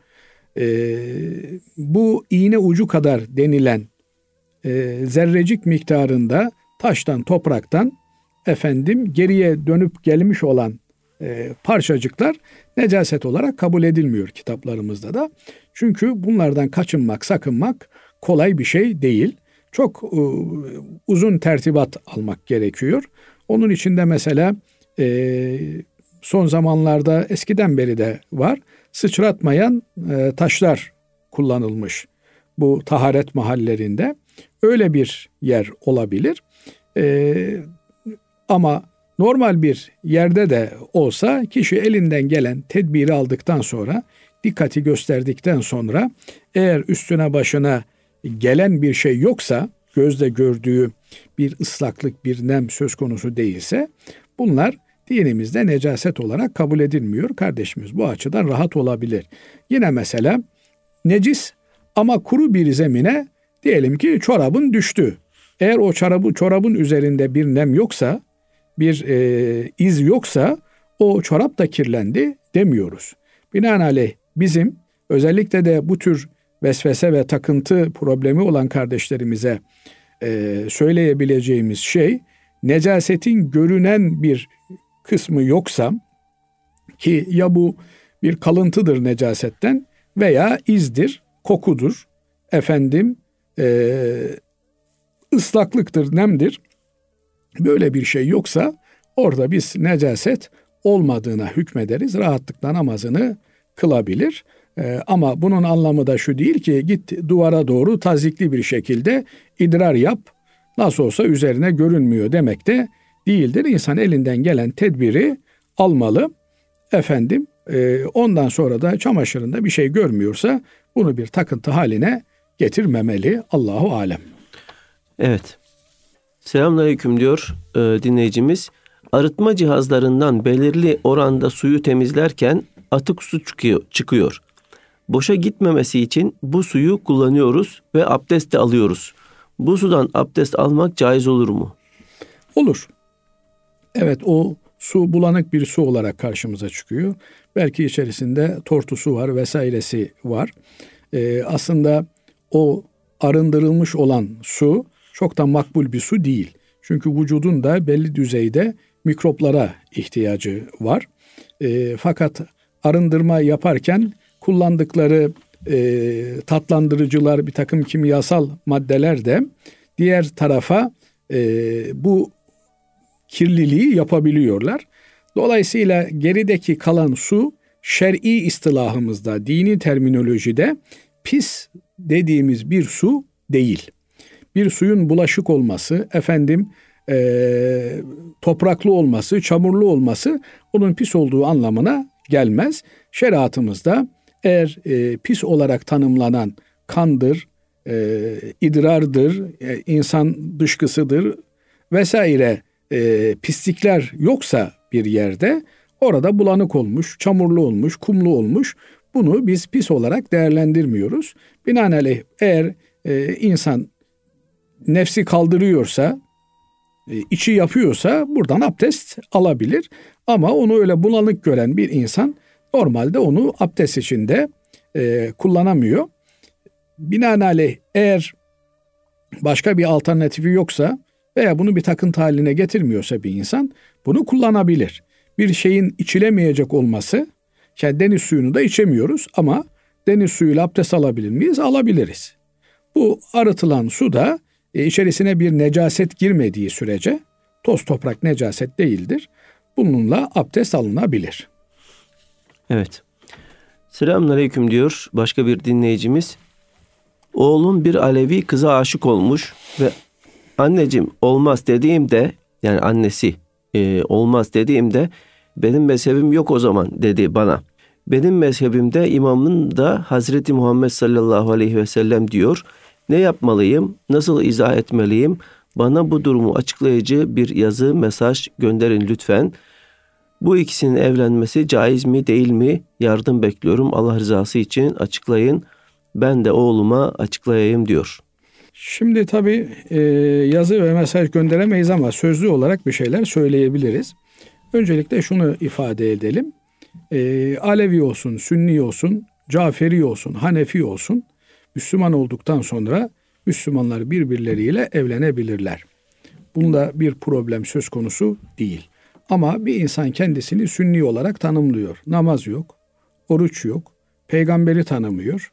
B: Bu iğne ucu kadar denilen zerrecik miktarında taştan, topraktan geriye dönüp gelmiş olan parçacıklar necaset olarak kabul edilmiyor kitaplarımızda da. Çünkü bunlardan kaçınmak, sakınmak kolay bir şey değil. Çok uzun tertibat almak gerekiyor. Onun için de mesela son zamanlarda eskiden beri de var. Sıçratmayan taşlar kullanılmış bu taharet mahallerinde. Öyle bir yer olabilir. Ama normal bir yerde de olsa kişi elinden gelen tedbiri aldıktan sonra, dikkati gösterdikten sonra eğer üstüne başına gelen bir şey yoksa, gözle gördüğü bir ıslaklık, bir nem söz konusu değilse bunlar dinimizde necaset olarak kabul edilmiyor. Kardeşimiz bu açıdan rahat olabilir. Yine mesela necis ama kuru bir zemine diyelim ki çorabın düştü. Eğer o çorabın üzerinde bir nem yoksa, bir iz yoksa o çorap da kirlendi demiyoruz. Binaenaleyh bizim özellikle de bu tür vesvese ve takıntı problemi olan kardeşlerimize söyleyebileceğimiz şey, necasetin görünen bir kısmı yoksa, ki ya bu bir kalıntıdır necasetten veya izdir, kokudur, ıslaklıktır, nemdir. Böyle bir şey yoksa orada biz necaset olmadığına hükmederiz. Rahatlıkla namazını kılabilir. Ama bunun anlamı da şu değil ki git duvara doğru tazikli bir şekilde idrar yap. Nasıl olsa üzerine görünmüyor demek de değildir. İnsan elinden gelen tedbiri almalı. Ondan sonra da çamaşırında bir şey görmüyorsa bunu bir takıntı haline getirmemeli. Allahu alem.
A: Evet. Selamünaleyküm diyor dinleyicimiz. Arıtma cihazlarından belirli oranda suyu temizlerken atık su çıkıyor. Boşa gitmemesi için bu suyu kullanıyoruz ve abdest de alıyoruz. Bu sudan abdest almak caiz olur mu?
B: Olur. Evet, o su bulanık bir su olarak karşımıza çıkıyor. Belki içerisinde tortusu var vesairesi var. Aslında o arındırılmış olan su çok da makbul bir su değil. Çünkü vücudun da belli düzeyde mikroplara ihtiyacı var. Fakat arındırma yaparken kullandıkları tatlandırıcılar, bir takım kimyasal maddeler de diğer tarafa bu kirliliği yapabiliyorlar. Dolayısıyla gerideki kalan su şer'i istilahımızda, dini terminolojide pis dediğimiz bir su değil. Bir suyun bulaşık olması, topraklı olması, çamurlu olması onun pis olduğu anlamına gelmez. Şeriatımızda eğer pis olarak tanımlanan kandır, idrardır, insan dışkısıdır vesaire pislikler yoksa bir yerde, orada bulanık olmuş, çamurlu olmuş, kumlu olmuş, bunu biz pis olarak değerlendirmiyoruz. Binaenaleyh eğer insan nefsi kaldırıyorsa, içi yapıyorsa buradan abdest alabilir. Ama onu öyle bulanık gören bir insan normalde onu abdest içinde kullanamıyor. Binaenaleyh eğer başka bir alternatifi yoksa veya bunu bir takıntı haline getirmiyorsa bir insan bunu kullanabilir. Bir şeyin içilemeyecek olması, yani deniz suyunu da içemiyoruz ama deniz suyuyla abdest alabilir miyiz? Alabiliriz. Bu arıtılan su da içerisine bir necaset girmediği sürece, toz toprak necaset değildir. Bununla abdest alınabilir.
A: Evet. Selamünaleyküm diyor başka bir dinleyicimiz. Oğlum bir Alevi kıza aşık olmuş ve anneciğim olmaz dediğimde, yani annesi olmaz dediğimde benim mezhebim yok o zaman dedi bana. Benim mezhebimde imamın da Hazreti Muhammed sallallahu aleyhi ve sellem diyor. Ne yapmalıyım? Nasıl izah etmeliyim? Bana bu durumu açıklayıcı bir yazı, mesaj gönderin lütfen. Bu ikisinin evlenmesi caiz mi değil mi? Yardım bekliyorum. Allah rızası için açıklayın. Ben de oğluma açıklayayım diyor.
B: Şimdi tabii yazı ve mesaj gönderemeyiz ama sözlü olarak bir şeyler söyleyebiliriz. Öncelikle şunu ifade edelim. Alevi olsun, Sünni olsun, Caferi olsun, Hanefi olsun, Müslüman olduktan sonra Müslümanlar birbirleriyle evlenebilirler. Bunda bir problem söz konusu değil. Ama bir insan kendisini Sünni olarak tanımlıyor. Namaz yok, oruç yok, peygamberi tanımıyor.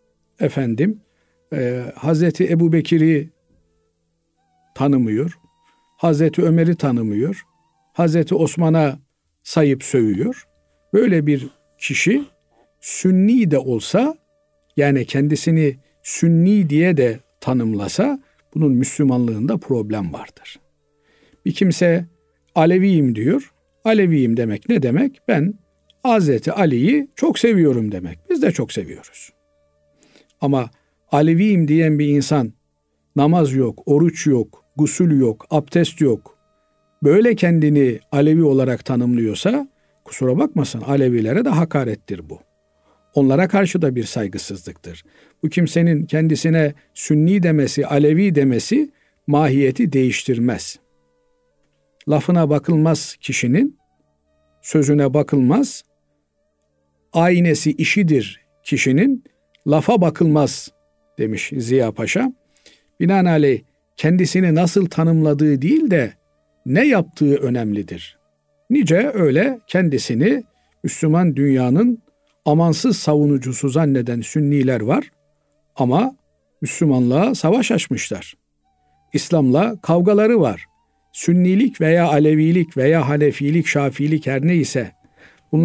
B: Hazreti Ebubekir'i tanımıyor, Hazreti Ömer'i tanımıyor, Hazreti Osman'a sayıp sövüyor. Böyle bir kişi Sünni de olsa, yani kendisini Sünni diye de tanımlasa, bunun Müslümanlığında problem vardır. Bir kimse Aleviyim diyor. Aleviyim demek ne demek? Ben Hazreti Ali'yi çok seviyorum demek. Biz de çok seviyoruz. Ama Aleviyim diyen bir insan namaz yok, oruç yok, gusül yok, abdest yok, böyle kendini Alevi olarak tanımlıyorsa kusura bakmasın, Alevilere de hakarettir bu. Onlara karşı da bir saygısızlıktır. Bu kimsenin kendisine Sünni demesi, Alevi demesi mahiyeti değiştirmez. Lafına bakılmaz kişinin, sözüne bakılmaz, aynesi işidir kişinin, lafa bakılmaz demiş Ziya Paşa. Binaenaleyh kendisini nasıl tanımladığı değil de ne yaptığı önemlidir. Nice öyle kendisini Müslüman dünyanın amansız savunucusu zanneden Sünniler var ama Müslümanlığa savaş açmışlar. İslam'la kavgaları var. Sünnilik veya Alevilik veya Hanefilik, Şafiilik her neyse bunlar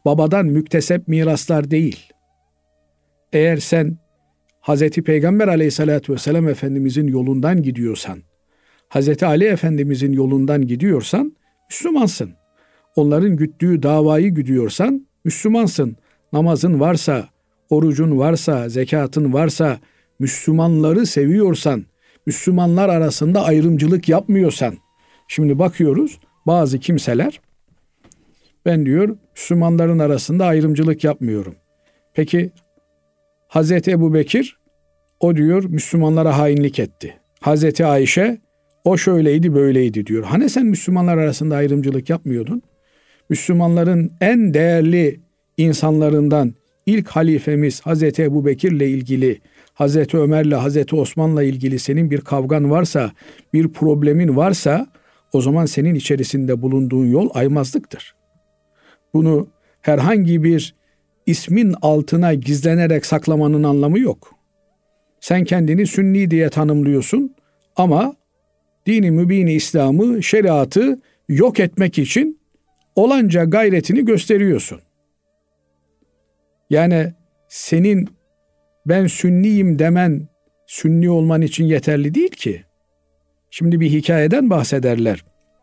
B: babadan müktesep miraslar değil. Eğer sen Hazreti Peygamber Aleyhisselatü Vesselam Efendimizin yolundan gidiyorsan, Hazreti Ali Efendimizin yolundan gidiyorsan Müslümansın. Onların güttüğü davayı güdüyorsan Müslümansın. Namazın varsa, orucun varsa, zekatın varsa, Müslümanları seviyorsan, Müslümanlar arasında ayrımcılık yapmıyorsan. Şimdi bakıyoruz bazı kimseler, ben diyor Müslümanların arasında ayrımcılık yapmıyorum. Peki Hazreti Ebubekir, o diyor Müslümanlara hainlik etti. Hazreti Ayşe, o şöyleydi böyleydi diyor. Hani sen Müslümanlar arasında ayrımcılık yapmıyordun? Müslümanların en değerli insanlarından ilk halifemiz Hazreti Ebubekir'le ilgili, Hazreti Ömer'le, Hazreti Osman'la ilgili senin bir kavgan varsa, bir problemin varsa, o zaman senin içerisinde bulunduğun yol aymazlıktır. Bunu herhangi bir ismin altına gizlenerek saklamanın anlamı yok. Sen kendini Sünni diye tanımlıyorsun ama dini mübini İslam'ı, şeriatı yok etmek için olanca gayretini gösteriyorsun. Yani senin ben Sünniyim demen Sünni olman için yeterli değil ki. Şimdi bir hikayeden bahsederler.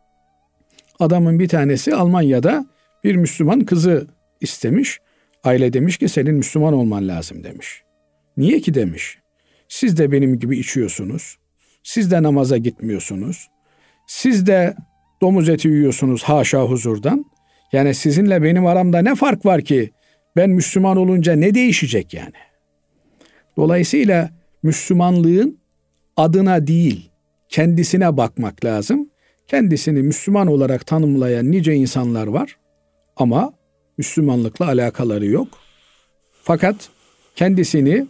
B: Adamın bir tanesi Almanya'da bir Müslüman kızı istemiş. Aile demiş ki senin Müslüman olman lazım demiş. Niye ki demiş. Siz de benim gibi içiyorsunuz. Siz de namaza gitmiyorsunuz. Siz de domuz eti yiyorsunuz haşa huzurdan. Yani sizinle benim aramda ne fark var ki? Ben Müslüman olunca ne değişecek yani? Dolayısıyla Müslümanlığın adına değil, kendisine bakmak lazım. Kendisini Müslüman olarak tanımlayan nice insanlar var ama Müslümanlıkla alakaları yok. Fakat kendisini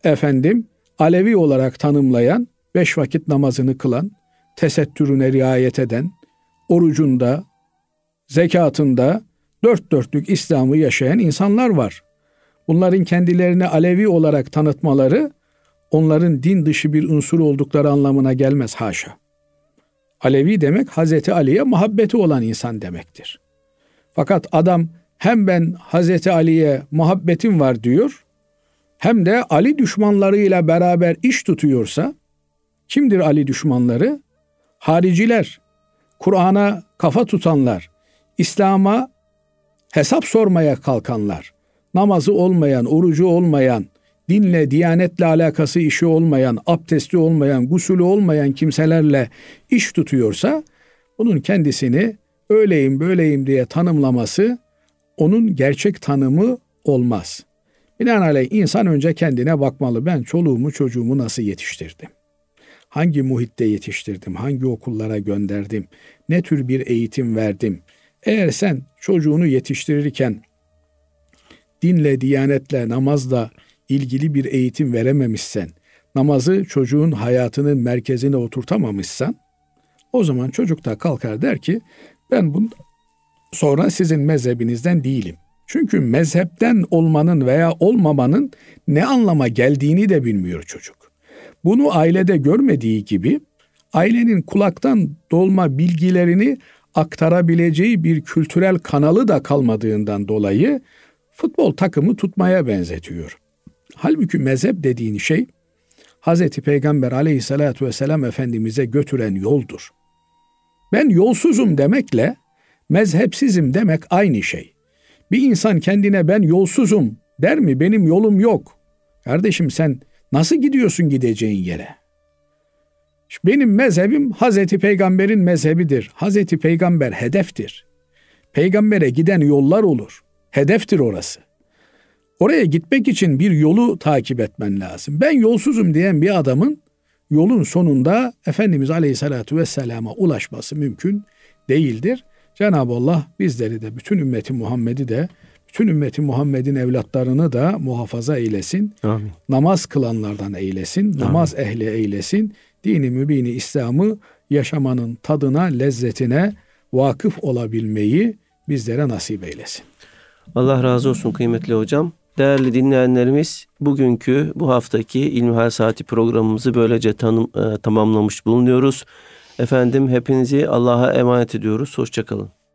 B: Alevi olarak tanımlayan, 5 vakit namazını kılan, tesettürüne riayet eden, orucunda, zekatında dört dörtlük İslam'ı yaşayan insanlar var. Bunların kendilerini Alevi olarak tanıtmaları onların din dışı bir unsur oldukları anlamına gelmez haşa. Alevi demek Hazreti Ali'ye muhabbeti olan insan demektir. Fakat adam hem ben Hazreti Ali'ye muhabbetim var diyor, hem de Ali düşmanlarıyla beraber iş tutuyorsa, kimdir Ali düşmanları? Hariciler, Kur'an'a kafa tutanlar, İslam'a hesap sormaya kalkanlar, namazı olmayan, orucu olmayan, dinle, diyanetle alakası işi olmayan, abdesti olmayan, gusülü olmayan kimselerle iş tutuyorsa, bunun kendisini öyleyim böyleyim diye tanımlaması onun gerçek tanımı olmaz. Binaenaleyh insan önce kendine bakmalı. Ben çoluğumu çocuğumu nasıl yetiştirdim? Hangi muhitte yetiştirdim? Hangi okullara gönderdim? Ne tür bir eğitim verdim? Eğer sen çocuğunu yetiştirirken dinle, diyanetle, namazla ilgili bir eğitim verememişsen, namazı çocuğun hayatının merkezine oturtamamışsan, o zaman çocuk da kalkar der ki ben bundan sonra sizin mezhebinizden değilim. Çünkü mezhepten olmanın veya olmamanın ne anlama geldiğini de bilmiyor çocuk. Bunu ailede görmediği gibi ailenin kulaktan dolma bilgilerini aktarabileceği bir kültürel kanalı da kalmadığından dolayı futbol takımı tutmaya benzetiyor. Halbuki mezhep dediğin şey Hazreti Peygamber Aleyhisselatü Vesselam Efendimiz'e götüren yoldur. Ben yolsuzum demekle mezhepsizim demek aynı şey. Bir insan kendine ben yolsuzum der mi? Benim yolum yok. Kardeşim sen nasıl gidiyorsun gideceğin yere? Benim mezhebim Hazreti Peygamber'in mezhebidir. Hazreti Peygamber hedeftir. Peygambere giden yollar olur. Hedeftir orası. Oraya gitmek için bir yolu takip etmen lazım. Ben yolsuzum diyen bir adamın yolun sonunda Efendimiz Aleyhisselatü Vesselam'a ulaşması mümkün değildir. Cenab-ı Allah bizleri de bütün ümmeti Muhammed'i de bütün ümmeti Muhammed'in evlatlarını da muhafaza eylesin.
A: Amin.
B: Namaz kılanlardan eylesin. Amin. Namaz ehli eylesin. Dini mübini İslam'ı yaşamanın tadına, lezzetine vakıf olabilmeyi bizlere nasip eylesin.
A: Allah razı olsun kıymetli hocam. Değerli dinleyenlerimiz, bugünkü bu haftaki İlmihal Saati programımızı böylece tamamlamış bulunuyoruz. Efendim hepinizi Allah'a emanet ediyoruz. Hoşça kalın.